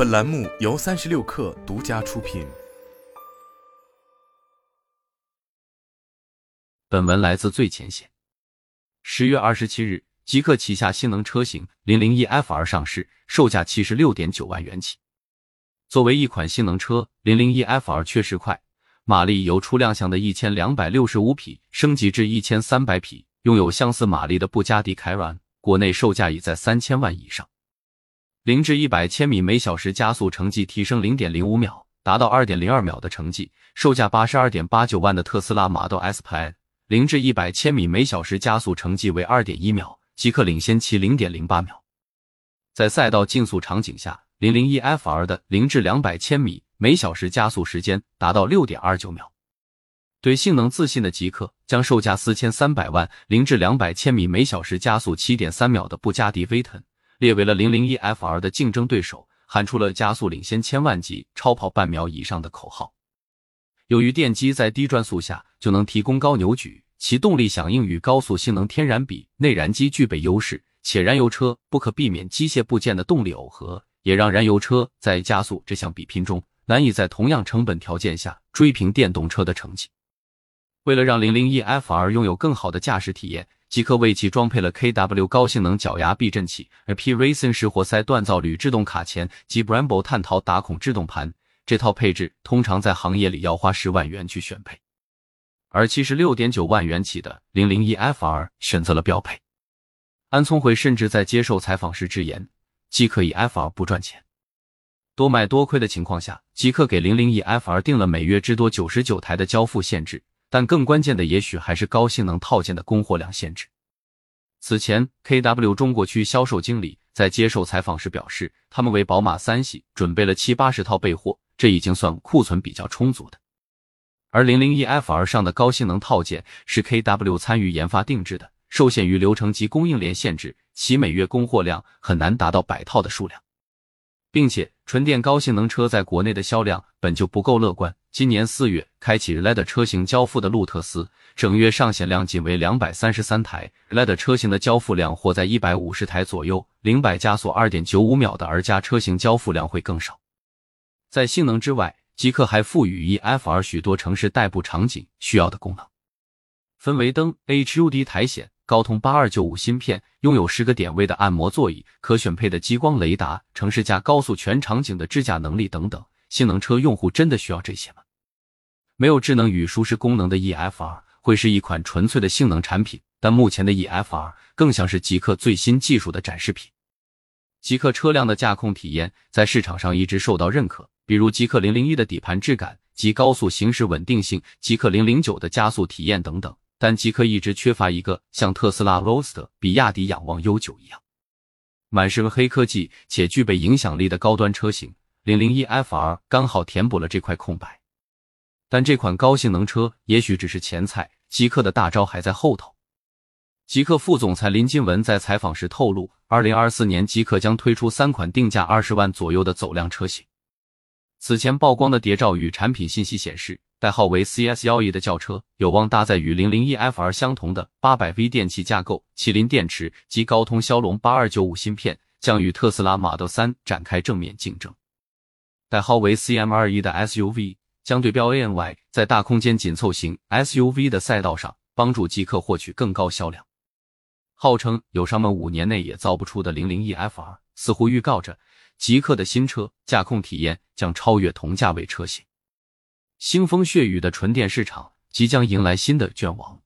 本栏目由36氪独家出品。 本文来自最前线。10月27日，极氪旗下性能车型 001FR 上市，售价 76.9 万元起。作为一款性能车， 001FR 确实快，马力由初亮相的1265匹升级至1300匹，拥有相似马力的布加迪凯兰，国内售价已在3000万以上。0至100千米每小时加速成绩提升 0.05 秒，达到 2.02 秒的成绩，售价 82.89 万的特斯拉 Model S Plaid 0至100千米每小时加速成绩为 2.1 秒，极氪领先其 0.08 秒。在赛道竞速场景下， 001FR 的0至200千米每小时加速时间达到 6.29 秒。对性能自信的极氪将售价4300万0至200千米每小时加速 7.3 秒的布加迪威腾列为了 001FR 的竞争对手，喊出了加速领先千万级、超跑半秒以上的口号。由于电机在低转速下就能提供高扭矩，其动力响应与高速性能天然比内燃机具备优势，且燃油车不可避免机械部件的动力耦合，也让燃油车在加速这项比拼中难以在同样成本条件下追平电动车的成绩。为了让 001FR 拥有更好的驾驶体验，极氪为其装配了 KW 高性能脚牙避震器、P Racing 实活塞锻造铝制动卡钳及 Brembo 碳陶打孔制动盘，这套配置通常在行业里要花10万元去选配，而 76.9 万元起的 001FR 选择了标配。安聪慧甚至在接受采访时直言，极氪以 FR 不赚钱。多卖多亏的情况下，极氪给 001FR 定了每月至多99台的交付限制，但更关键的也许还是高性能套件的供货量限制。此前 KW 中国区销售经理在接受采访时表示，他们为宝马3系准备了70-80套备货，这已经算库存比较充足的。而 001FR 上的高性能套件是 KW 参与研发定制的，受限于流程及供应链限制，其每月供货量很难达到100套的数量。并且纯电高性能车在国内的销量本就不够乐观，今年4月开启 LED 车型交付的路特斯，整月上险量仅为233台， LED 车型的交付量或在150台左右，0-100加速 2.95 秒的而家车型交付量会更少。在性能之外，极氪还赋予 1FR 许多城市代步场景需要的功能。氛围灯、HUD 苔藓、高通8295芯片，拥有10个点位的按摩座椅，可选配的激光雷达，城市加高速全场景的智驾能力等等。性能车用户真的需要这些吗？没有智能与舒适功能的 1FR 会是一款纯粹的性能产品，但目前的 1FR 更像是极氪最新技术的展示品。极氪车辆的驾控体验在市场上一直受到认可，比如极氪001的底盘质感及高速行驶稳定性，极氪009的加速体验等等。但极氪一直缺乏一个像特斯拉 Roadster、比亚迪仰望悠久一样满是黑科技且具备影响力的高端车型， 001FR 刚好填补了这块空白。但这款高性能车也许只是前菜，极氪的大招还在后头。极氪副总裁林金文在采访时透露，2024年极氪将推出3款定价20万左右的走量车型。此前曝光的谍照与产品信息显示，代号为 CS11 的轿车有望搭载与 001FR 相同的 800V 电气架构、麒麟电池及高通骁龙8295芯片，将与特斯拉 Model 3展开正面竞争。代号为 CM21 的 SUV 将对标 ANY， 在大空间紧凑型 SUV 的赛道上帮助极氪获取更高销量。号称友商们5年内也造不出的 001FR 似乎预告着极氪的新车驾控体验将超越同价位车型。腥风血雨的纯电市场即将迎来新的卷王。